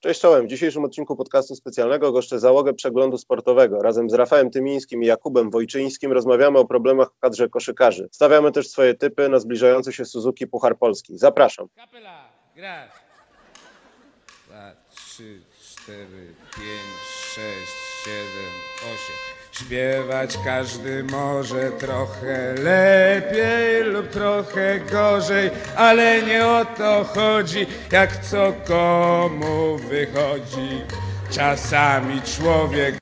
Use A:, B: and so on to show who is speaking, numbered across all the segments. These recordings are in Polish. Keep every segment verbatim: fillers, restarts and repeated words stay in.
A: Cześć czołem. W dzisiejszym odcinku podcastu specjalnego goszczę załogę przeglądu sportowego. Razem z Rafałem Tymińskim i Jakubem Wojczyńskim rozmawiamy o problemach w kadrze koszykarzy. Stawiamy też swoje typy na zbliżający się Suzuki Puchar Polski. Zapraszam.
B: Kapela, grać. Dwa, trzy, cztery, pięć, sześć, siedem, osiem. Śpiewać każdy może trochę lepiej lub trochę gorzej, ale nie o to chodzi, jak co komu wychodzi. Czasami człowiek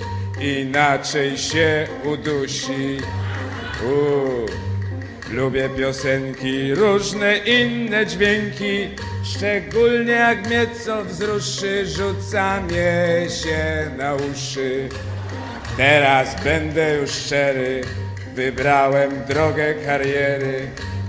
B: inaczej się udusi. Uuu. Lubię piosenki, różne inne dźwięki, szczególnie jak mnie co wzruszy, rzuca mnie się na uszy. Teraz będę już szczery, wybrałem drogę kariery.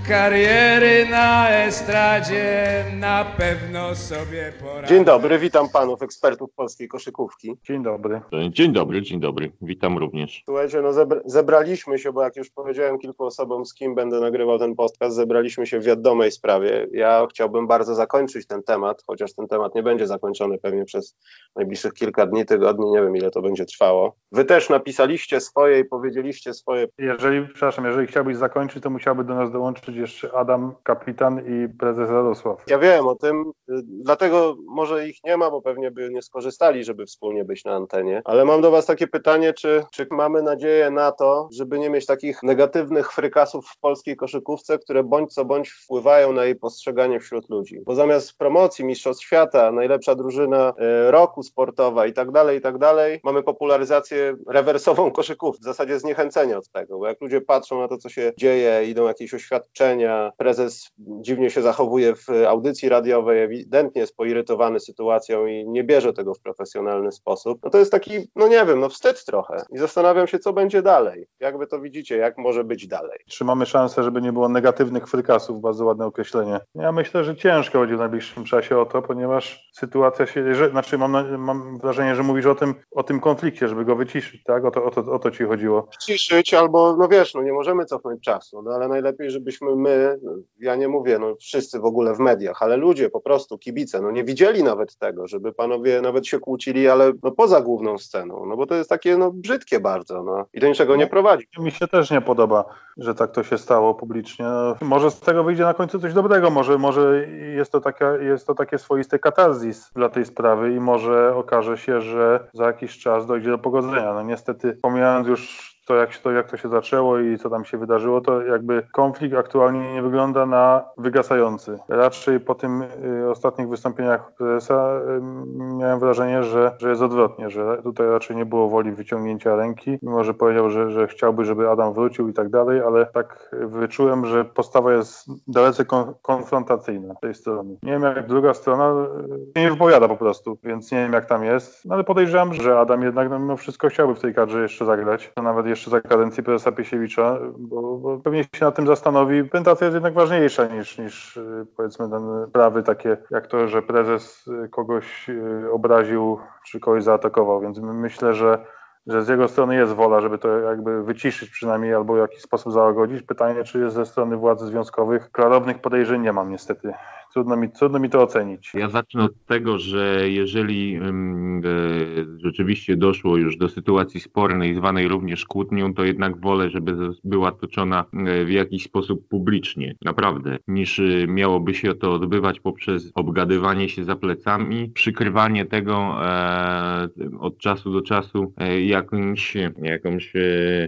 B: Kariery na estradzie na pewno sobie poradzę.
A: Dzień dobry, witam panów ekspertów polskiej koszykówki.
C: Dzień dobry.
D: Dzień dobry, dzień dobry. Witam również.
A: Słuchajcie, no zebra- zebraliśmy się, bo jak już powiedziałem kilku osobom, z kim będę nagrywał ten podcast, zebraliśmy się w wiadomej sprawie. Ja chciałbym bardzo zakończyć ten temat, chociaż ten temat nie będzie zakończony pewnie przez najbliższych kilka dni, tygodni, nie wiem ile to będzie trwało. Wy też napisaliście swoje i powiedzieliście swoje.
C: Jeżeli, przepraszam, jeżeli chciałbyś zakończyć, to musiałby do nas dołączyć jeszcze Adam, kapitan i prezes Radosław.
A: Ja wiem o tym, dlatego może ich nie ma, bo pewnie by nie skorzystali, żeby wspólnie być na antenie. Ale mam do was takie pytanie, czy, czy mamy nadzieję na to, żeby nie mieć takich negatywnych frykasów w polskiej koszykówce, które bądź co bądź wpływają na jej postrzeganie wśród ludzi. Bo zamiast promocji Mistrzostw Świata, najlepsza drużyna y, roku sportowa i tak dalej, i tak dalej, mamy popularyzację rewersową koszykówki. W zasadzie zniechęcenie od tego, bo jak ludzie patrzą na to, co się dzieje, idą jakieś oświadczenia, prezes dziwnie się zachowuje w audycji radiowej, ewidentnie jest poirytowany sytuacją i nie bierze tego w profesjonalny sposób, no to jest taki, no nie wiem, no wstyd trochę. I zastanawiam się, co będzie dalej. Jak wy to widzicie, jak może być dalej?
C: Czy mamy szansę, żeby nie było negatywnych frykasów? Bardzo ładne określenie. Ja myślę, że ciężko będzie w najbliższym czasie o to, ponieważ sytuacja się, że, znaczy mam, mam wrażenie, że mówisz o tym, o tym konflikcie, żeby go wyciszyć, tak? O to, o to, o to ci chodziło.
A: Wyciszyć albo, no wiesz, no nie możemy cofnąć czasu, no ale najlepiej, żebyśmy my, ja nie mówię, no wszyscy w ogóle w mediach, ale ludzie po prostu, kibice, no nie widzieli nawet tego, żeby panowie nawet się kłócili, ale no poza główną sceną, no bo to jest takie, no brzydkie bardzo, no i do niczego nie prowadzi.
C: Mi się też nie podoba, że tak to się stało publicznie. No, może z tego wyjdzie na końcu coś dobrego, może, może jest to taka, jest to takie swoiste katarzis dla tej sprawy i może okaże się, że za jakiś czas dojdzie do pogodzenia. No niestety, pomijając już to jak, to, jak to się zaczęło i co tam się wydarzyło, to jakby konflikt aktualnie nie wygląda na wygasający. Raczej po tym y, ostatnich wystąpieniach prezesa y, miałem wrażenie, że, że jest odwrotnie, że tutaj raczej nie było woli wyciągnięcia ręki, mimo że powiedział, że, że chciałby, żeby Adam wrócił i tak dalej, ale tak wyczułem, że postawa jest dalece kon- konfrontacyjna z tej strony. Nie wiem jak druga strona y, nie wypowiada po prostu, więc nie wiem jak tam jest, no, ale podejrzewam, że Adam jednak no, mimo wszystko chciałby w tej kadrze jeszcze zagrać, to nawet jeszcze za kadencji prezesa Piesiewicza, bo, bo pewnie się nad tym zastanowi. Prezentacja jest jednak ważniejsza niż, niż powiedzmy ten prawy takie jak to, że prezes kogoś obraził czy kogoś zaatakował, więc myślę, że że z jego strony jest wola, żeby to jakby wyciszyć przynajmniej albo w jakiś sposób załagodzić. Pytanie, czy jest ze strony władz związkowych. Klarownych podejrzeń nie mam niestety. Trudno mi, trudno mi to ocenić.
D: Ja zacznę od tego, że jeżeli um, e, rzeczywiście doszło już do sytuacji spornej, zwanej również kłótnią, to jednak wolę, żeby była toczona w jakiś sposób publicznie, naprawdę, niż miałoby się to odbywać poprzez obgadywanie się za plecami, przykrywanie tego e, od czasu do czasu e, jakąś, jakąś e,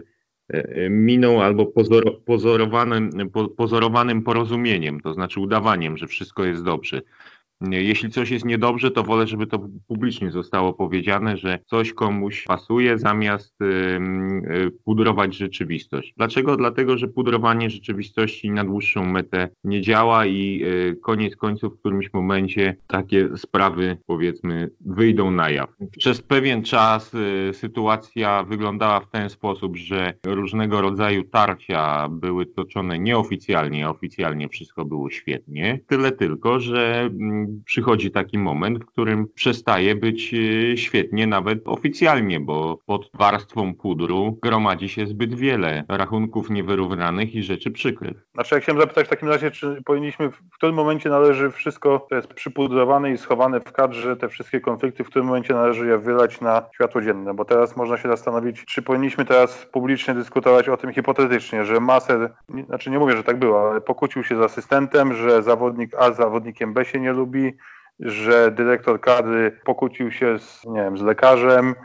D: miną albo pozor, pozorowanym, po, pozorowanym porozumieniem, to znaczy udawaniem, że wszystko jest dobrze. Jeśli coś jest niedobrze, to wolę, żeby to publicznie zostało powiedziane, że coś komuś pasuje, zamiast y, y, pudrować rzeczywistość. Dlaczego? Dlatego, że pudrowanie rzeczywistości na dłuższą metę nie działa i y, koniec końców w którymś momencie takie sprawy, powiedzmy, wyjdą na jaw. Przez pewien czas y, sytuacja wyglądała w ten sposób, że różnego rodzaju tarcia były toczone nieoficjalnie, a oficjalnie wszystko było świetnie. Tyle tylko, że przychodzi taki moment, w którym przestaje być e, świetnie nawet oficjalnie, bo pod warstwą pudru gromadzi się zbyt wiele rachunków niewyrównanych i rzeczy przykrych.
C: Znaczy ja chciałem zapytać w takim razie, czy powinniśmy, w którym momencie należy wszystko, to jest przypudrowane i schowane w kadrze, te wszystkie konflikty, w którym momencie należy je wylać na światło dzienne, bo teraz można się zastanowić, czy powinniśmy teraz publicznie dyskutować o tym hipotetycznie, że Maser, znaczy nie mówię, że tak było, ale pokłócił się z asystentem, że zawodnik A z zawodnikiem B się nie lubi, że dyrektor kadry pokłócił się z, nie wiem, z lekarzem,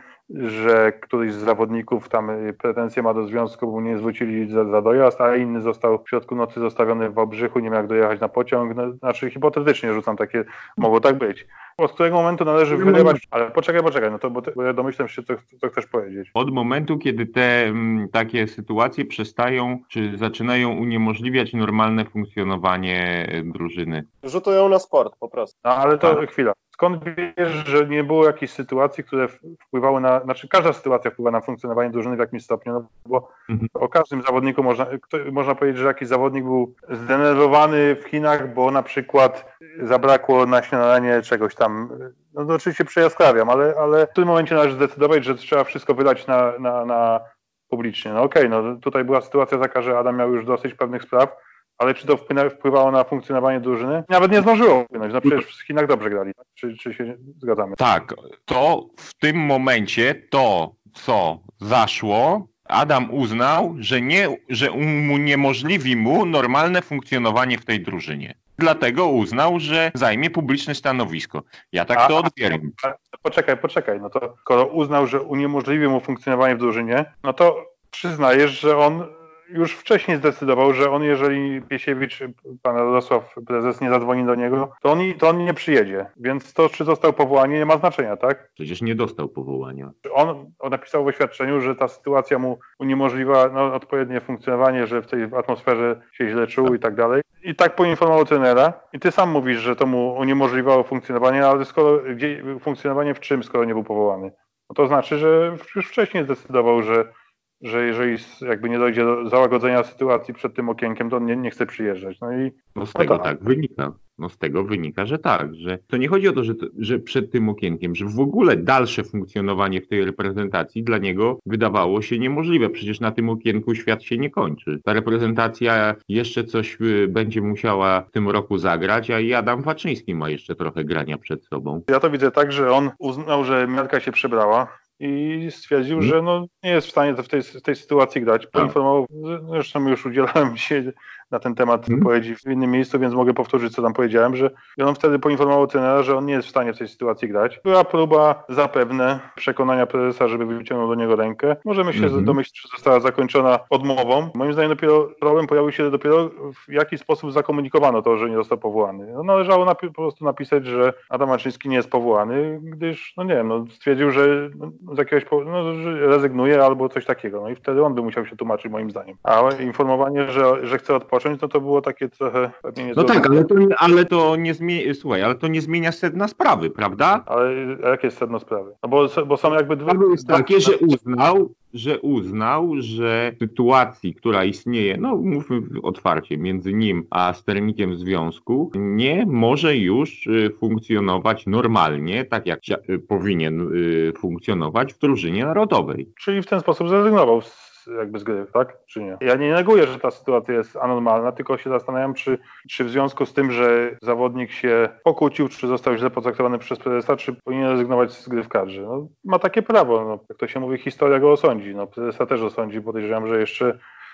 C: że któryś z zawodników tam pretensje ma do związku, bo nie zwrócili za, za dojazd, a inny został w środku nocy zostawiony w Wałbrzychu, nie miał jak dojechać na pociąg. No, znaczy hipotetycznie rzucam takie, mogło tak być. Od którego momentu należy wyrywać, ale poczekaj, poczekaj, no to bo, te, bo ja domyślam się, co, co chcesz powiedzieć.
D: Od momentu, kiedy te m, takie sytuacje przestają, czy zaczynają uniemożliwiać normalne funkcjonowanie drużyny.
A: Rzutują na sport po prostu.
C: No ale to
D: Tak.
C: chwila. Skąd wiesz, że nie było jakichś sytuacji, które wpływały na, znaczy każda sytuacja wpływa na funkcjonowanie drużyny w jakimś stopniu, no bo mhm. o każdym zawodniku można, kto, można powiedzieć, że jakiś zawodnik był zdenerwowany w Chinach, bo na przykład zabrakło na śniadanie czegoś tam, no to oczywiście przejaskrawiam, ale, ale w tym momencie należy zdecydować, że trzeba wszystko wydać na, na, na publicznie. No okej, okay, no tutaj była sytuacja taka, że Adam miał już dosyć pewnych spraw, ale czy to wpływało na funkcjonowanie drużyny? Nawet nie zdążyło wpłynąć. No przecież w Chinach dobrze grali. Czy, czy się zgadzamy?
D: Tak, to w tym momencie to, co zaszło, Adam uznał, że, nie, że uniemożliwi mu normalne funkcjonowanie w tej drużynie. Dlatego uznał, że zajmie publiczne stanowisko. Ja tak
C: a,
D: to odbieram.
C: A, a, poczekaj, poczekaj. No to skoro uznał, że uniemożliwi mu funkcjonowanie w drużynie, no to przyznajesz, że on już wcześniej zdecydował, że on, jeżeli Piesiewicz, pan Radosław prezes, nie zadzwoni do niego, to on, to on nie przyjedzie. Więc to, czy został powołany, nie ma znaczenia, tak?
D: Przecież nie dostał powołania.
C: On, on napisał w oświadczeniu, że ta sytuacja mu uniemożliwiła no, odpowiednie funkcjonowanie, że w tej atmosferze się źle czuł i tak dalej. I tak poinformował trenera. I ty sam mówisz, że to mu uniemożliwiało funkcjonowanie, ale skoro, gdzie, funkcjonowanie w czym, skoro nie był powołany? No to znaczy, że już wcześniej zdecydował, że że jeżeli jakby nie dojdzie do załagodzenia sytuacji przed tym okienkiem, to on nie, nie chce przyjeżdżać. No i
D: no z tego no tak. tak wynika. No z tego wynika, że tak, że to nie chodzi o to, że, to, że przed tym okienkiem, że w ogóle dalsze funkcjonowanie w tej reprezentacji dla niego wydawało się niemożliwe. Przecież na tym okienku świat się nie kończy. Ta reprezentacja jeszcze coś będzie musiała w tym roku zagrać, a i Adam Waczyński ma jeszcze trochę grania przed sobą.
C: Ja to widzę tak, że on uznał, że miarka się przebrała i stwierdził, hmm. że no, nie jest w stanie w tej, w tej sytuacji grać. Poinformował, zresztą już udzielałem się na ten temat hmm. wypowiedzi w innym miejscu, więc mogę powtórzyć, co tam powiedziałem, że on wtedy poinformował trenera, że on nie jest w stanie w tej sytuacji grać. Była próba zapewne przekonania prezesa, żeby wyciągnął do niego rękę. Możemy się hmm. domyślić, że została zakończona odmową. Moim zdaniem dopiero problem pojawił się dopiero w jaki sposób zakomunikowano to, że nie został powołany. No, należało napi- po prostu napisać, że Adam Waczyński nie jest powołany, gdyż, no nie wiem, no, stwierdził, że z jakiegoś powodu no, że rezygnuje albo coś takiego. No i wtedy on by musiał się tłumaczyć, moim zdaniem. A informowanie, że, że chce odpocząć, no to było takie trochę...
D: No tak, ale to, ale to nie zmienia, słuchaj, ale to nie zmienia sedna sprawy, prawda?
C: Ale a jakie jest sedno sprawy? No bo, bo są jakby dwa...
D: To jest takie, że uznał, że uznał, że w sytuacji, która istnieje, no mówmy otwarcie, między nim a sternikiem związku, nie może już funkcjonować normalnie, tak jak powinien funkcjonować w drużynie narodowej.
C: Czyli w ten sposób zrezygnował z, jakby z gry, tak? Czy nie? Ja nie neguję, że ta sytuacja jest anormalna, tylko się zastanawiam, czy, czy w związku z tym, że zawodnik się pokłócił, czy został źle potraktowany przez prezesa, czy powinien rezygnować z gry w kadrze. No, ma takie prawo, no, jak to się mówi, historia go osądzi. No, prezesa też osądzi, podejrzewam, że jeszcze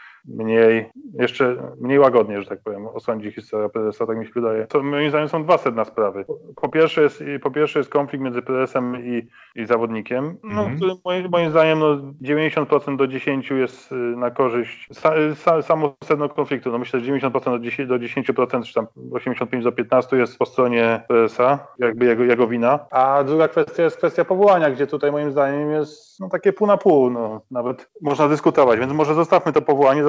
C: mniej, jeszcze mniej łagodnie, że tak powiem, osądzi historia prezesa, tak mi się wydaje. To moim zdaniem są dwa sedna sprawy. Po pierwsze jest, po pierwsze jest konflikt między prezesem i, i zawodnikiem, no, mm. który moim, moim zdaniem no, dziewięćdziesiąt procent do dziesięciu jest na korzyść sa, sa, samo sedno konfliktu. No, myślę, że dziewięćdziesiąt procent do dziesięciu procent, czy tam osiemdziesiąt pięć do piętnastu jest po stronie prezesa, jakby jego, jego wina. A druga kwestia jest kwestia powołania, gdzie tutaj moim zdaniem jest no, takie pół na pół. No, nawet można dyskutować, więc może zostawmy to powołanie,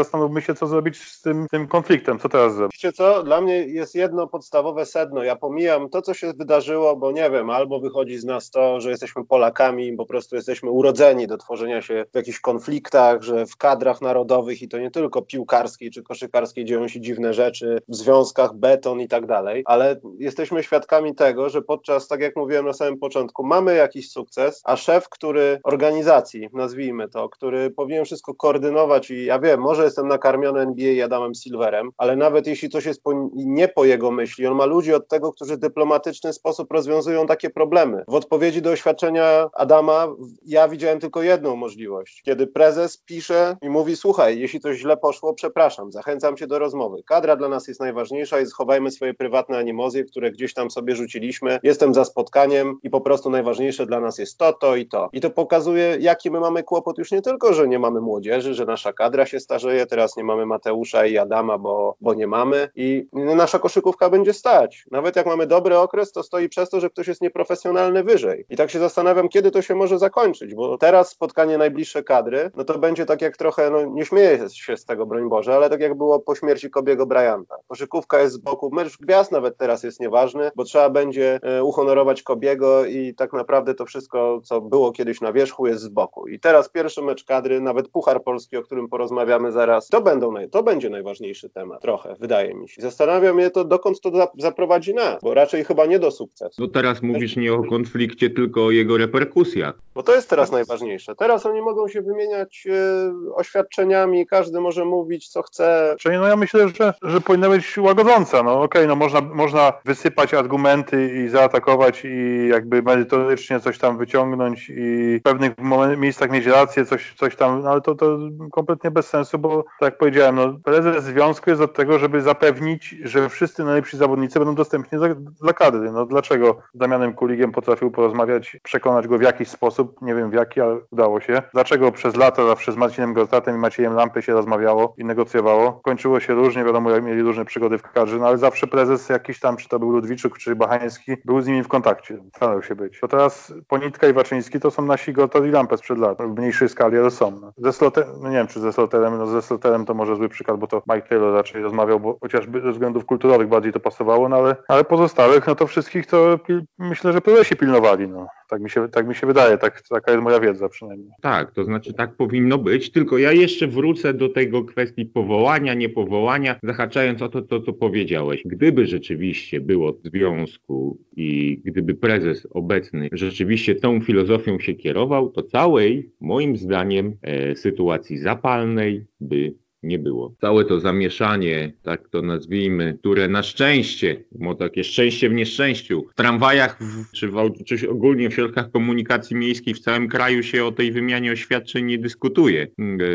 C: zastanówmy się, co zrobić z tym, tym konfliktem, co teraz zrobić.
A: Wiecie co, dla mnie jest jedno podstawowe sedno, ja pomijam to, co się wydarzyło, bo nie wiem, albo wychodzi z nas to, że jesteśmy Polakami, po prostu jesteśmy urodzeni do tworzenia się w jakichś konfliktach, że w kadrach narodowych i to nie tylko piłkarskiej czy koszykarskiej dzieją się dziwne rzeczy, w związkach beton i tak dalej, ale jesteśmy świadkami tego, że podczas, tak jak mówiłem na samym początku, mamy jakiś sukces, a szef, który organizacji, nazwijmy to, który powinien wszystko koordynować i ja wiem, może jestem nakarmiony N B A Adamem Silverem, ale nawet jeśli coś jest po, nie po jego myśli, on ma ludzi od tego, którzy w dyplomatyczny sposób rozwiązują takie problemy. W odpowiedzi do oświadczenia Adama ja widziałem tylko jedną możliwość, kiedy prezes pisze i mówi, słuchaj, jeśli coś źle poszło, przepraszam, zachęcam cię do rozmowy. Kadra dla nas jest najważniejsza i schowajmy swoje prywatne animozje, które gdzieś tam sobie rzuciliśmy. Jestem za spotkaniem i po prostu najważniejsze dla nas jest to, to i to. I to pokazuje, jaki my mamy kłopot już nie tylko, że nie mamy młodzieży, że nasza kadra się starzeje, teraz nie mamy Mateusza i Adama, bo, bo nie mamy i nasza koszykówka będzie stać. Nawet jak mamy dobry okres, to stoi przez to, że ktoś jest nieprofesjonalny wyżej. I tak się zastanawiam, kiedy to się może zakończyć, bo teraz spotkanie najbliższe kadry, no to będzie tak jak trochę, no nie śmieję się z tego, broń Boże, ale tak jak było po śmierci Kobiego Bryanta. Koszykówka jest z boku, mecz gwiazd nawet teraz jest nieważny, bo trzeba będzie e, uhonorować Kobiego i tak naprawdę to wszystko, co było kiedyś na wierzchu, jest z boku. I teraz pierwszy mecz kadry, nawet Puchar Polski, o którym porozmawiamy zaraz, to, będą naj, to będzie najważniejszy temat, trochę, wydaje mi się. Zastanawiam mnie to, dokąd to za, zaprowadzi nas, bo raczej chyba nie do sukcesu.
D: No teraz mówisz nie o konflikcie, tylko o jego reperkusjach.
A: Bo to jest teraz najważniejsze. Teraz oni mogą się wymieniać e, oświadczeniami, każdy może mówić, co chce.
C: Czyli no ja myślę, że, że powinna być łagodząca. No okej, okay, no można, można wysypać argumenty i zaatakować i jakby merytorycznie coś tam wyciągnąć i w pewnych moment, miejscach mieć rację, coś, coś tam, no ale to, to kompletnie bez sensu, bo tak jak powiedziałem, no prezes związku jest od tego, żeby zapewnić, że wszyscy najlepsi zawodnicy będą dostępni dla, dla kadry. No dlaczego z Damianem Kuligiem potrafił porozmawiać, przekonać go w jakiś sposób, nie wiem w jaki, ale udało się. Dlaczego przez lata zawsze z Marcinem Gortatem i Maciejem Lampy się rozmawiało i negocjowało. Kończyło się różnie, wiadomo, jak mieli różne przygody w kadrze, no ale zawsze prezes jakiś tam, czy to był Ludwiczuk, czy Bachański, był z nimi w kontakcie. Starał się być. To teraz Ponitka i Waczyński to są nasi Gortat i Lampę sprzed lat. W mniejszej skali, ale są. No. Ze Sloterem, no nie wiem, czy ze Sloterem, no ze Sloterem to może zły przykład, bo to Mike Taylor raczej rozmawiał, bo chociażby ze względów kulturowych bardziej to pasowało, no ale, ale pozostałych, no to wszystkich to pil- myślę, że prezesi pilnowali, no. Tak mi się, tak mi się wydaje, tak, taka jest moja wiedza przynajmniej.
D: Tak, to znaczy tak powinno być, tylko ja jeszcze wrócę do tego kwestii powołania, niepowołania, zahaczając o to, to co powiedziałeś. Gdyby rzeczywiście było w związku i gdyby prezes obecny rzeczywiście tą filozofią się kierował, to całej, moim zdaniem, e, sytuacji zapalnej by nie było. Całe to zamieszanie, tak to nazwijmy, które na szczęście, bo takie szczęście w nieszczęściu, w tramwajach w, czy, w, czy ogólnie w środkach komunikacji miejskiej w całym kraju się o tej wymianie oświadczeń nie dyskutuje.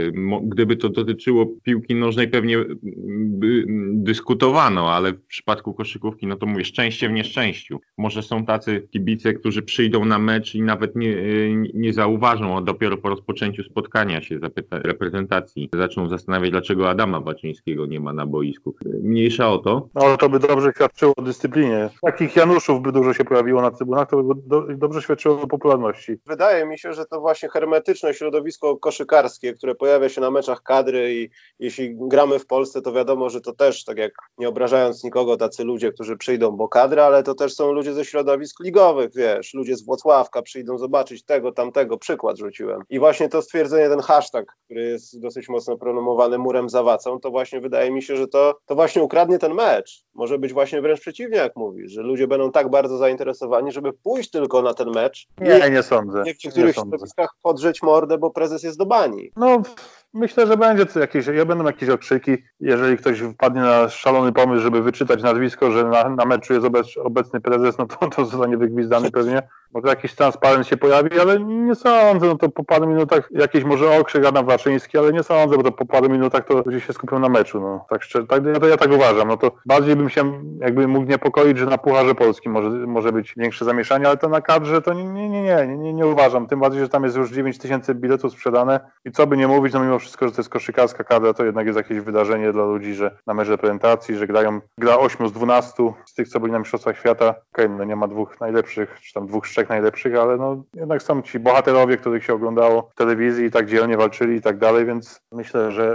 D: Gdyby to dotyczyło piłki nożnej, pewnie by dyskutowano, ale w przypadku koszykówki, no to mówię, szczęście w nieszczęściu. Może są tacy kibice, którzy przyjdą na mecz i nawet nie, nie zauważą, a dopiero po rozpoczęciu spotkania się zapyta, reprezentacji zaczną zastanawiać, dlaczego Adama Baczyńskiego nie ma na boisku. Mniejsza o to.
C: No to by dobrze świadczyło o dyscyplinie. Takich Januszów by dużo się pojawiło na trybunach, to by do, dobrze świadczyło o popularności.
A: Wydaje mi się, że to właśnie hermetyczne środowisko koszykarskie, które pojawia się na meczach kadry i jeśli gramy w Polsce, to wiadomo, że to też, tak jak nie obrażając nikogo, tacy ludzie, którzy przyjdą, bo kadra, ale to też są ludzie ze środowisk ligowych, wiesz, ludzie z Włocławka przyjdą zobaczyć tego, tamtego, przykład rzuciłem. I właśnie to stwierdzenie, ten hashtag, który jest dosyć mocno promowany murem za Wacą, to właśnie wydaje mi się, że to, to właśnie ukradnie ten mecz. Może być właśnie wręcz przeciwnie, jak mówisz, że ludzie będą tak bardzo zainteresowani, żeby pójść tylko na ten mecz.
C: Nie, nie sądzę.
A: Nie w niektórych środowiskach podrzeć mordę, bo prezes jest do bani.
C: No, myślę, że będzie to jakieś, ja będą jakieś okrzyki, jeżeli ktoś wpadnie na szalony pomysł, żeby wyczytać nazwisko, że na, na meczu jest obec, obecny prezes, no to, to zostanie wygwizdany pewnie. Może jakiś transparent się pojawi, ale nie sądzę, no to po paru minutach jakiś może okrzyk Adam Waczyński, ale nie sądzę, bo to po paru minutach to ludzie się skupią na meczu, no tak szczerze, tak, ja, to, ja tak uważam, no to bardziej bym się jakby mógł niepokoić, że na Pucharze Polskim może, może być większe zamieszanie, ale to na kadrze to nie, nie, nie, nie, nie, nie uważam, tym bardziej, że tam jest już dziewięć tysięcy biletów sprzedane i co by nie mówić, no mimo wszystko, że to jest koszykarska kadra, to jednak jest jakieś wydarzenie dla ludzi, że na mecz reprezentacji, że grają, gra ośmiu z dwunastu z tych, co byli na Mistrzostwach Świata, okej, okay, no nie ma dwóch najlepszych, czy tam dwóch, trzech najlepszych, ale no jednak są ci bohaterowie, których się oglądało w telewizji i tak dzielnie walczyli i tak dalej, więc myślę, że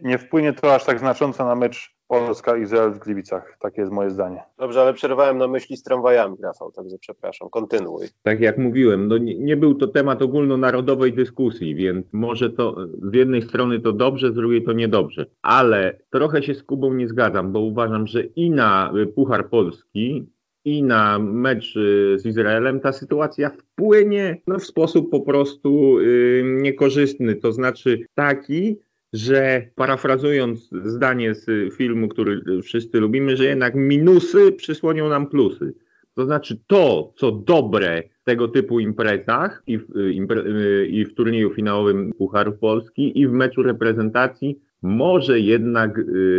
C: nie wpłynie to aż tak znacząco na mecz Polska-Izrael w Gliwicach. Takie jest moje zdanie.
A: Dobrze, ale przerwałem na myśli z tramwajami, Rafał, także przepraszam, kontynuuj.
D: Tak jak mówiłem, no nie, nie był to temat ogólnonarodowej dyskusji, więc może to z jednej strony to dobrze, z drugiej to niedobrze. Ale trochę się z Kubą nie zgadzam, bo uważam, że i na Puchar Polski, i na mecz z Izraelem ta sytuacja wpłynie no, w sposób po prostu yy, niekorzystny, to znaczy taki, że parafrazując zdanie z filmu, który wszyscy lubimy, że jednak minusy przysłonią nam plusy. To znaczy to, co dobre w tego typu imprezach i w, impre, i w turnieju finałowym Pucharu Polski i w meczu reprezentacji może jednak y,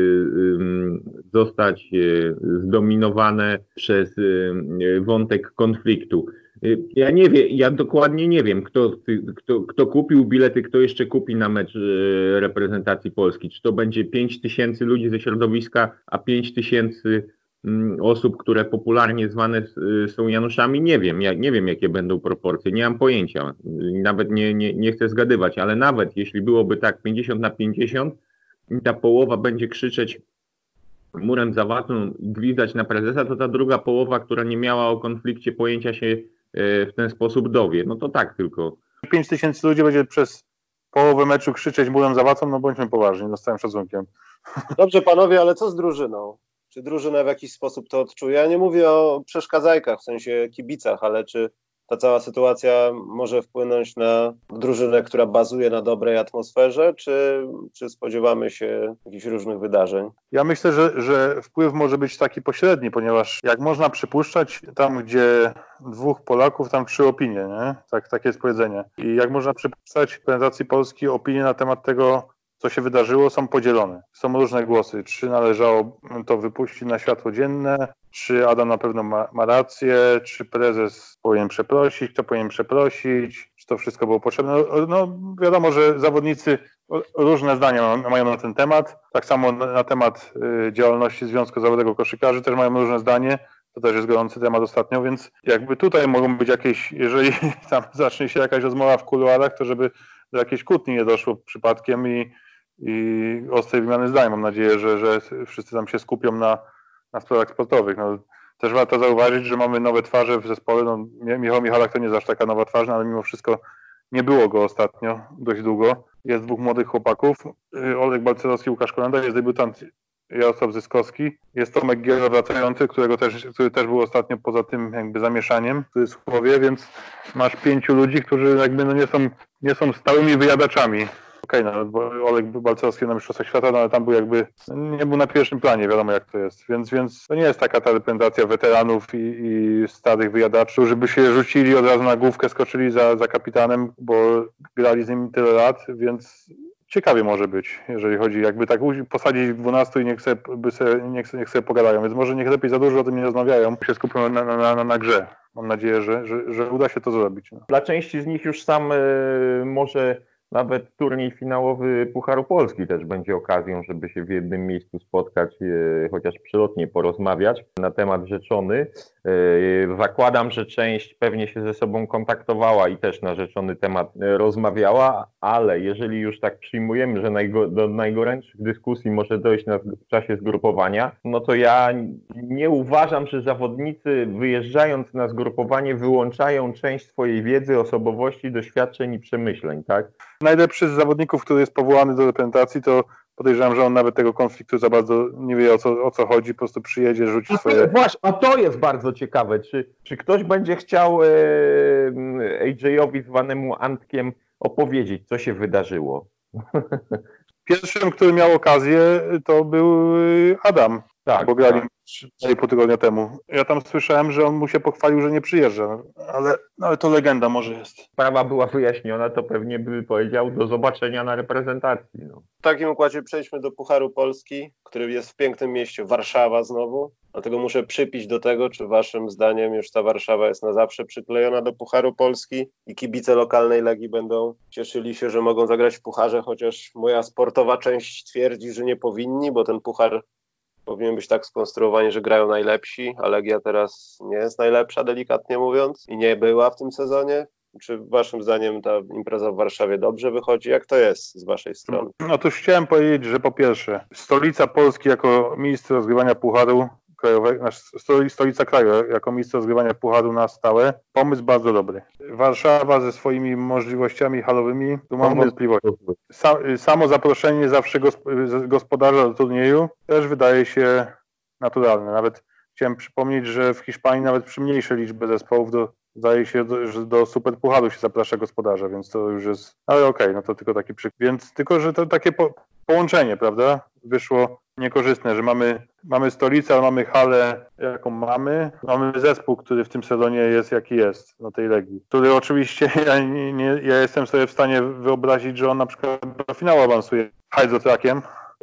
D: y, zostać y, zdominowane przez y, wątek konfliktu. Y, ja nie wiem, ja dokładnie nie wiem, kto, kto, kto kupił bilety, kto jeszcze kupi na mecz y, reprezentacji Polski. Czy to będzie pięć tysięcy ludzi ze środowiska, a pięć tysięcy osób, które popularnie zwane są Januszami, nie wiem, ja nie wiem jakie będą proporcje, nie mam pojęcia, nawet nie, nie, nie chcę zgadywać, ale nawet jeśli byłoby tak pięćdziesiąt na pięćdziesiąt i ta połowa będzie krzyczeć murem za watą i gwizdać na prezesa, to ta druga połowa, która nie miała o konflikcie pojęcia, się w ten sposób dowie. No to tak tylko.
C: pięć tysięcy ludzi będzie przez połowę meczu krzyczeć murem za watą, no bądźmy poważni, no z całym szacunkiem.
A: Dobrze panowie, ale co z drużyną? Czy drużyna w jakiś sposób to odczuje? Ja nie mówię o przeszkadzajkach, w sensie kibicach, ale czy ta cała sytuacja może wpłynąć na drużynę, która bazuje na dobrej atmosferze, czy, czy spodziewamy się jakichś różnych wydarzeń?
C: Ja myślę, że, że wpływ może być taki pośredni, ponieważ jak można przypuszczać, tam gdzie dwóch Polaków, tam trzy opinie, nie? Tak, takie jest powiedzenie. I jak można przypuszczać w prezentacji Polski, opinie na temat tego, co się wydarzyło, są podzielone. Są różne głosy. Czy należało to wypuścić na światło dzienne, czy Adam na pewno ma, ma rację, czy prezes powinien przeprosić, kto powinien przeprosić, czy to wszystko było potrzebne. No, no wiadomo, że zawodnicy różne zdania mają na ten temat. Tak samo na, na temat y, działalności Związku Zawodowego Koszykarzy też mają różne zdanie. To też jest gorący temat ostatnio, więc jakby tutaj mogą być jakieś, jeżeli tam zacznie się jakaś rozmowa w kuluarach, to żeby do jakiejś kłótni nie doszło przypadkiem i i ostrej wymiany zdań. Mam nadzieję, że, że wszyscy tam się skupią na, na sprawach sportowych. No, też warto zauważyć, że mamy nowe twarze w zespole. No, Michał Michalak to nie jest aż taka nowa twarz, no, ale mimo wszystko nie było go ostatnio dość długo. Jest dwóch młodych chłopaków. Olek Balcerowski, Łukasz Kolenda, jest debiutant Jarosław Zyskowski. Jest Tomek Giero wracający, którego też, który też był ostatnio poza tym jakby zamieszaniem w cudzysłowie, więc masz pięciu ludzi, którzy jakby no nie są, nie są stałymi wyjadaczami. Okej, okay, no, bo Olek Balcerowski na Mistrzostwach Świata, no ale tam był jakby, nie był na pierwszym planie, wiadomo jak to jest, więc, więc to nie jest taka ta reprezentacja weteranów i, i starych wyjadaczy, żeby się rzucili od razu na główkę, skoczyli za, za kapitanem, bo grali z nim tyle lat, więc ciekawie może być, jeżeli chodzi, jakby tak posadzić dwunastu i niech sobie, by sobie, niech, niech sobie pogadają, więc może niech lepiej za dużo o tym nie rozmawiają, się skupią na, na, na, na grze. Mam nadzieję, że, że, że uda się to zrobić. No.
D: Dla części z nich już sam yy, może nawet turniej finałowy Pucharu Polski też będzie okazją, żeby się w jednym miejscu spotkać, e, chociaż przelotnie porozmawiać na temat rzeczony. E, zakładam, że część pewnie się ze sobą kontaktowała i też na rzeczony temat e, rozmawiała, ale jeżeli już tak przyjmujemy, że najgo, do najgorętszych dyskusji może dojść na, w czasie zgrupowania, no to ja nie uważam, że zawodnicy wyjeżdżając na zgrupowanie wyłączają część swojej wiedzy, osobowości, doświadczeń i przemyśleń, tak?
C: Najlepszy z zawodników, który jest powołany do reprezentacji, to podejrzewam, że on nawet tego konfliktu za bardzo nie wie, o co, o co chodzi, po prostu przyjedzie, rzuci a swoje...
D: Właśnie, a to jest bardzo ciekawe, czy, czy ktoś będzie chciał e, A J-owi zwanemu Antkiem opowiedzieć, co się wydarzyło?
C: Pierwszym, który miał okazję, to był Adam,
D: tak,
C: bo grali
D: tak.
C: pół tygodnia temu. Ja tam słyszałem, że on mu się pochwalił, że nie przyjeżdża, ale, ale to legenda może jest.
D: Sprawa była wyjaśniona, to pewnie by powiedział do zobaczenia na reprezentacji. No.
A: W takim układzie przejdźmy do Pucharu Polski, który jest w pięknym mieście Warszawa znowu. Dlatego muszę przypić do tego, czy waszym zdaniem już ta Warszawa jest na zawsze przyklejona do Pucharu Polski i kibice lokalnej Legii będą cieszyli się, że mogą zagrać w Pucharze, chociaż moja sportowa część twierdzi, że nie powinni, bo ten Puchar powinien być tak skonstruowany, że grają najlepsi, a Legia teraz nie jest najlepsza, delikatnie mówiąc, i nie była w tym sezonie. Czy waszym zdaniem ta impreza w Warszawie dobrze wychodzi? Jak to jest z waszej strony?
C: No to chciałem powiedzieć, że po pierwsze, stolica Polski jako miejsce rozgrywania pucharu krajowego, stolica kraju jako miejsce rozgrywania pucharu na stałe, pomysł bardzo dobry. Warszawa ze swoimi możliwościami halowymi, tu mam wątpliwości. Samo zaproszenie zawsze gospodarza do turnieju też wydaje się naturalne. Nawet chciałem przypomnieć, że w Hiszpanii nawet przy mniejszej liczbie zespołów do, zdaje się, że do Superpucharu się zaprasza gospodarza, więc to już jest, ale okej, okay, no to tylko taki przykład. Więc tylko, że to takie po, połączenie, prawda, wyszło niekorzystne, że mamy, mamy stolicę, ale mamy halę, jaką mamy. Mamy zespół, który w tym sezonie jest, jaki jest, na tej Legii. Który oczywiście, ja, nie, nie, ja jestem sobie w stanie wyobrazić, że on na przykład do finału awansuje Hydrotrakiem,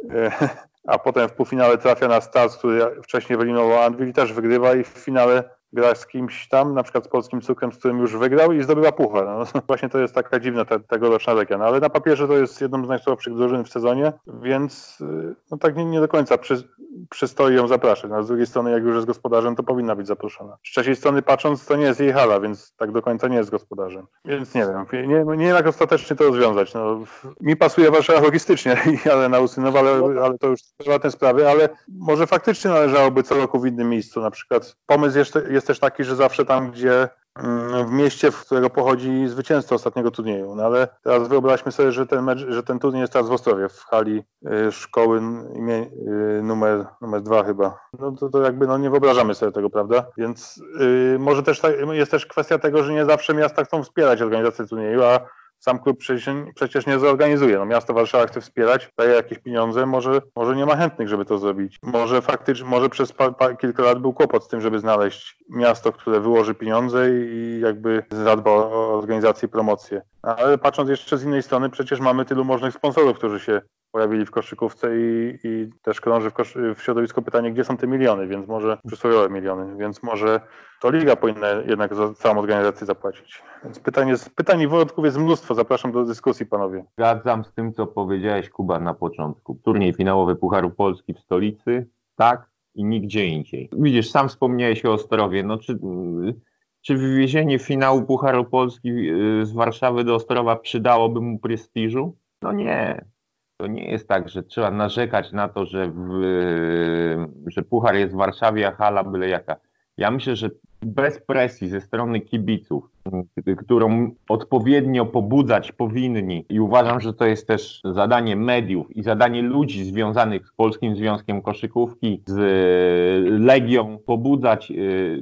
C: a potem w półfinale trafia na Stars, który wcześniej wyeliminował Anvil i też wygrywa i w finale gra z kimś tam, na przykład z Polskim Cukrem, z którym już wygrał i zdobywa puchar. No, właśnie to jest taka dziwna te, tegoroczna Legia. No, ale na papierze to jest jedną z najsłabszych drużyn w sezonie, więc no, tak nie, nie do końca przy, przystoi ją zapraszać. No, z drugiej strony, jak już jest gospodarzem, to powinna być zaproszona. Z trzeciej strony patrząc, to nie jest jej hala, więc tak do końca nie jest gospodarzem. Więc nie wiem, nie, nie jak ostatecznie to rozwiązać. No, mi pasuje Warszawa logistycznie, ale na Usynowa, ale, ale to już prywatne sprawy, ale może faktycznie należałoby co roku w innym miejscu. Na przykład pomysł jest, jest też taki, że zawsze tam, gdzie w mieście, z którego pochodzi zwycięzca ostatniego turnieju. No ale teraz wyobraźmy sobie, że ten, mecz, że ten turniej jest teraz w Ostrowie, w hali y, szkoły imię, y, numer, numer dwa chyba. No to, to jakby no nie wyobrażamy sobie tego, prawda? Więc y, może też ta, jest też kwestia tego, że nie zawsze miasta chcą wspierać organizację turnieju, a sam klub przecież, przecież nie zorganizuje. No, miasto Warszawa chce wspierać, daje jakieś pieniądze, może, może nie ma chętnych, żeby to zrobić. Może faktycznie, może przez pa, pa, kilka lat był kłopot z tym, żeby znaleźć miasto, które wyłoży pieniądze i jakby zadba o organizację i promocję. Ale patrząc jeszcze z innej strony, przecież mamy tylu możnych sponsorów, którzy się pojawili w koszykówce i, i też krąży w, koszy, w środowisku pytanie, gdzie są te miliony, więc może przysłowiowe miliony, więc może to liga powinna jednak za całą organizację zapłacić. Więc pytanie, pytań i wątków jest mnóstwo. Zapraszam do dyskusji, panowie.
D: Zgadzam z tym, co powiedziałeś, Kuba, na początku. Turniej finałowy Pucharu Polski w stolicy, tak, i nigdzie indziej. Widzisz, sam wspomniałeś o Ostrowie. No, czy, czy wywiezienie finału Pucharu Polski z Warszawy do Ostrowa przydałoby mu prestiżu? No nie. To nie jest tak, że trzeba narzekać na to, że, w, że puchar jest w Warszawie, a hala byle jaka. Ja myślę, że bez presji ze strony kibiców, którą odpowiednio pobudzać powinni, i uważam, że to jest też zadanie mediów i zadanie ludzi związanych z Polskim Związkiem Koszykówki, z Legią, pobudzać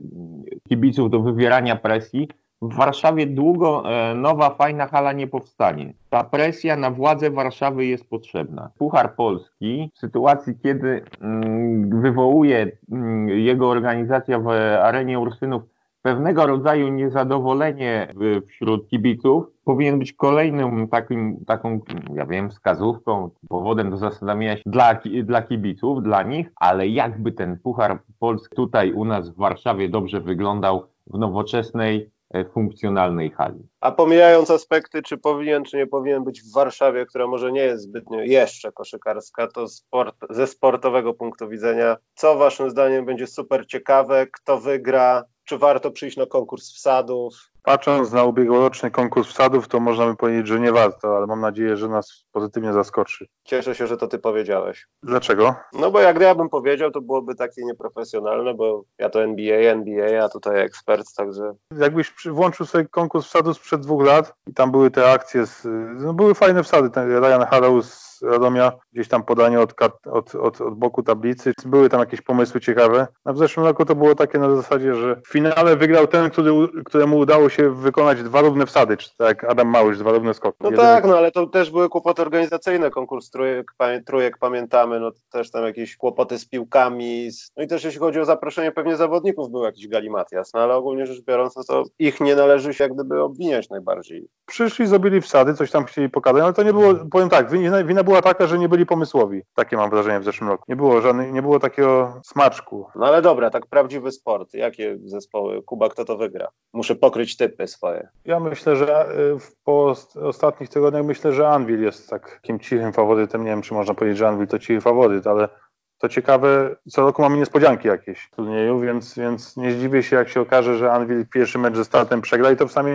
D: kibiców do wywierania presji. W Warszawie długo e, nowa, fajna hala nie powstanie. Ta presja na władzę Warszawy jest potrzebna. Puchar Polski w sytuacji, kiedy mm, wywołuje mm, jego organizacja w arenie Ursynów pewnego rodzaju niezadowolenie w, wśród kibiców, powinien być kolejnym takim, taką, ja wiem, wskazówką, powodem do zastanowienia się dla, dla kibiców, dla nich, ale jakby ten Puchar Polski tutaj u nas w Warszawie dobrze wyglądał w nowoczesnej, funkcjonalnej hali.
A: A pomijając aspekty, czy powinien, czy nie powinien być w Warszawie, która może nie jest zbytnio jeszcze koszykarska, to sport, ze sportowego punktu widzenia, co waszym zdaniem będzie super ciekawe, kto wygra, czy warto przyjść na konkurs wsadów?
C: Patrząc na ubiegłoroczny konkurs wsadów, to można by powiedzieć, że nie warto, ale mam nadzieję, że nas pozytywnie zaskoczy.
A: Cieszę się, że to ty powiedziałeś.
C: Dlaczego?
A: No bo jak ja bym powiedział, to byłoby takie nieprofesjonalne, bo ja to N B A, N B A, a tutaj ekspert, także...
C: Jakbyś włączył sobie konkurs wsadów sprzed dwóch lat i tam były te akcje, z, no były fajne wsady, ten Ryan Harrow z Radomia, gdzieś tam podanie od, od, od, od boku tablicy, były tam jakieś pomysły ciekawe. A w zeszłym roku to było takie na zasadzie, że w finale wygrał ten, który, któremu udało się wykonać dwa równe wsady, czy tak Adam Małysz, dwa równe skoki.
A: No Jeden... tak, no ale to też były kłopoty organizacyjne, konkurs trójek, trójek pamiętamy, no to też tam jakieś kłopoty z piłkami, no i też jeśli chodzi o zaproszenie pewnie zawodników był jakiś galimatias, no ale ogólnie rzecz biorąc, no to ich nie należy się jak gdyby obwiniać najbardziej.
C: Przyszli, zrobili wsady, coś tam chcieli pokazać, ale to nie było, powiem tak, wina, wina była taka, że nie byli pomysłowi. Takie mam wrażenie w zeszłym roku. Nie było żadnej, nie było takiego smaczku.
A: No ale dobra, tak prawdziwy sport. Jakie zespoły? Kuba, kto to wygra? Muszę pokryć typy swoje.
C: Ja myślę, że po ostatnich tygodniach myślę, że Anvil jest takim cichym faworytem. Nie wiem, czy można powiedzieć, że Anvil to cichy faworyt, ale to ciekawe, co roku mamy niespodzianki jakieś w turnieju, więc, więc nie zdziwię się, jak się okaże, że Anvil pierwszy mecz ze Startem przegra i to w sumie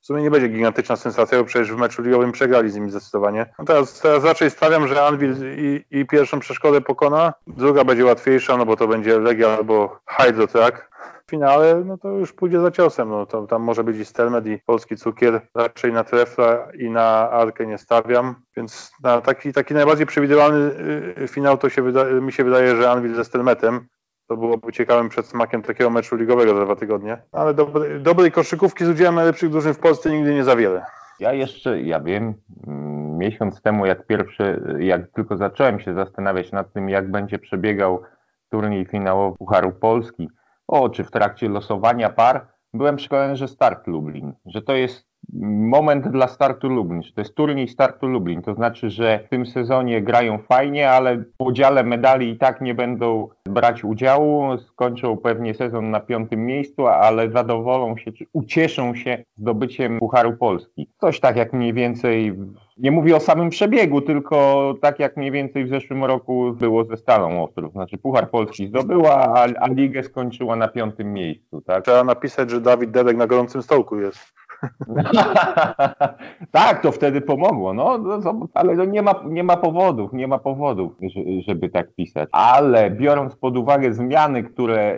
C: w sumie nie będzie gigantyczna sensacja, bo przecież w meczu ligowym przegrali z nimi zdecydowanie. No teraz, teraz raczej stawiam, że Anwil i, i pierwszą przeszkodę pokona, druga będzie łatwiejsza, no bo to będzie Legia albo Hydro-Track. W finale, no to już pójdzie za ciosem, no to tam może być i Stelmet, i Polski Cukier, raczej na Trefla i na Arkę nie stawiam, więc na taki, taki najbardziej przewidywalny y, finał to się wyda, mi się wydaje, że Anwil ze Stelmetem. To byłoby ciekawym przedsmakiem takiego meczu ligowego za dwa tygodnie, ale dobry, dobrej koszykówki z udziałem najlepszych drużyn w Polsce nigdy nie za wiele.
D: Ja jeszcze, ja wiem, miesiąc temu jak pierwszy, jak tylko zacząłem się zastanawiać nad tym, jak będzie przebiegał turniej finałowy Pucharu Polski, o, czy w trakcie losowania par, byłem przekonany, że Start Lublin, że to jest moment dla Startu Lublin, że to jest turniej Startu Lublin, to znaczy, że w tym sezonie grają fajnie, ale w podziale medali i tak nie będą brać udziału, skończą pewnie sezon na piątym miejscu, ale zadowolą się, czy ucieszą się zdobyciem Pucharu Polski. Coś tak jak mniej więcej, nie mówię o samym przebiegu, tylko tak jak mniej więcej w zeszłym roku było ze Stalą Ostrów, znaczy Puchar Polski zdobyła, a, a ligę skończyła na piątym miejscu. Tak?
C: Trzeba napisać, że Dawid Dedek na gorącym stołku jest.
D: Tak, to wtedy pomogło, no, no ale no nie, ma, nie ma powodów, nie ma powodów, żeby tak pisać. Ale biorąc pod uwagę zmiany, które,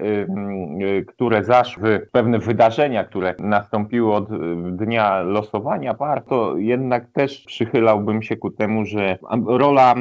D: które zaszły, pewne wydarzenia, które nastąpiły od dnia losowania par, to jednak też przychylałbym się ku temu, że rola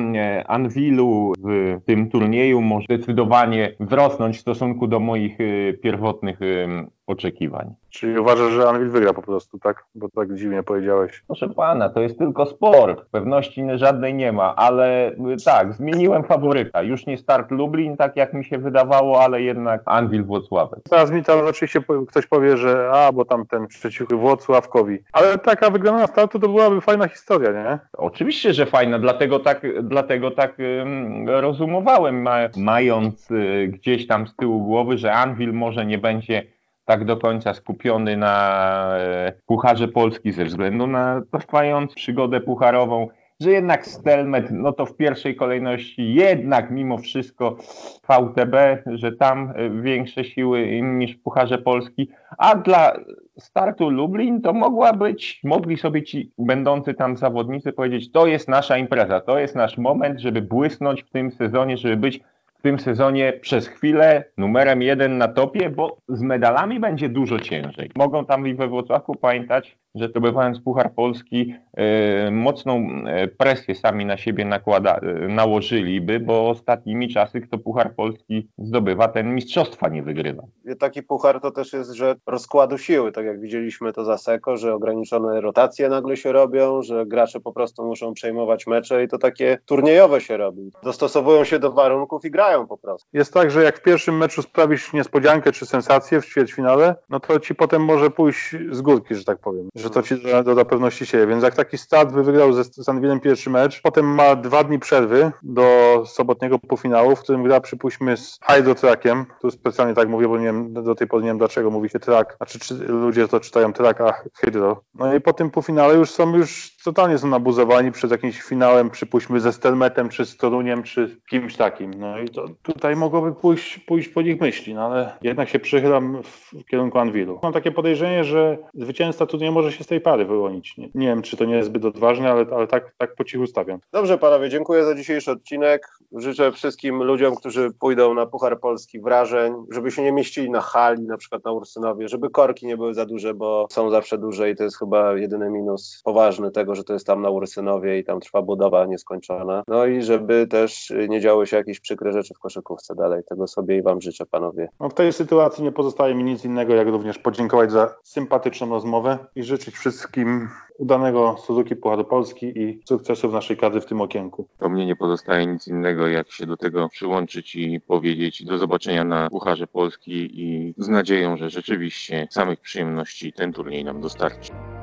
D: Anwilu w tym turnieju może zdecydowanie wzrosnąć w stosunku do moich pierwotnych oczekiwań.
C: Czyli uważasz, że Anwil wygra po prostu, tak? Bo tak dziwnie powiedziałeś.
D: Proszę pana, to jest tylko sport. Pewności żadnej nie ma, ale tak, zmieniłem faworyta. Już nie Start Lublin, tak jak mi się wydawało, ale jednak Anwil Włocławek.
C: Teraz mi tam oczywiście ktoś powie, że a, bo tam ten przeciwko Włocławkowi. Ale taka wygrana startu to byłaby fajna historia, nie?
D: Oczywiście, że fajna, dlatego tak, dlatego tak um, rozumowałem, ma, mając y, gdzieś tam z tyłu głowy, że Anwil może nie będzie tak do końca skupiony na e, Pucharze Polski ze względu na trwającą przygodę pucharową, że jednak Stelmet, no to w pierwszej kolejności jednak mimo wszystko V T B, że tam większe siły niż w Pucharze Polski, a dla Startu Lublin to mogła być, mogli sobie ci będący tam zawodnicy powiedzieć, to jest nasza impreza, to jest nasz moment, żeby błysnąć w tym sezonie, żeby być w tym sezonie przez chwilę numerem jeden na topie, bo z medalami będzie dużo ciężej. Mogą tam i we Włocławku pamiętać, że zdobywając Puchar Polski e, mocną e, presję sami na siebie nakłada, e, nałożyliby, bo ostatnimi czasy kto Puchar Polski zdobywa, ten mistrzostwa nie wygrywa.
A: Taki puchar to też jest rzecz rozkładu siły, tak jak widzieliśmy to za Seko, że ograniczone rotacje nagle się robią, że gracze po prostu muszą przejmować mecze i to takie turniejowe się robi. Dostosowują się do warunków i grają po prostu.
C: Jest tak, że jak w pierwszym meczu sprawisz niespodziankę czy sensację w ćwierćfinale, no to ci potem może pójść z górki, że tak powiem. Że to ci doda, doda pewności siebie. Więc jak taki Start by wygrał ze z Anwilem pierwszy mecz, potem ma dwa dni przerwy do sobotniego półfinału, w którym gra, przypuśćmy, z Hydro-Trackiem. Tu specjalnie tak mówię, bo nie wiem, do tej pory nie wiem dlaczego mówi się track, a czy, czy ludzie to czytają track, a Hydro. No i po tym półfinale już są już totalnie są nabuzowani przed jakimś finałem, przypuśćmy, ze Stelmetem, czy z Toruniem, czy kimś takim. No i to tutaj mogłoby pójść, pójść po nich myśli, no ale jednak się przychylam w kierunku Anwilu. Mam takie podejrzenie, że zwycięzca turnieju może się z tej pary wyłonić. Nie, nie wiem, czy to nie jest zbyt odważne, ale, ale tak, tak po cichu stawiam.
A: Dobrze, panowie, dziękuję za dzisiejszy odcinek. Życzę wszystkim ludziom, którzy pójdą na Puchar Polski, wrażeń, żeby się nie mieścili na hali, na przykład na Ursynowie, żeby korki nie były za duże, bo są zawsze duże i to jest chyba jedyny minus poważny tego, że to jest tam na Ursynowie i tam trwa budowa nieskończona. No i żeby też nie działy się jakieś przykre rzeczy w koszykówce dalej. Tego sobie i wam życzę, panowie.
C: No w tej sytuacji nie pozostaje mi nic innego, jak również podziękować za sympatyczną rozmowę i życzyć wszystkim udanego Suzuki Pucharu Polski i sukcesów naszej kadry w tym okienku.
D: To mnie nie pozostaje nic innego, jak się do tego przyłączyć i powiedzieć do zobaczenia na Pucharze Polski i z nadzieją, że rzeczywiście samych przyjemności ten turniej nam dostarczy.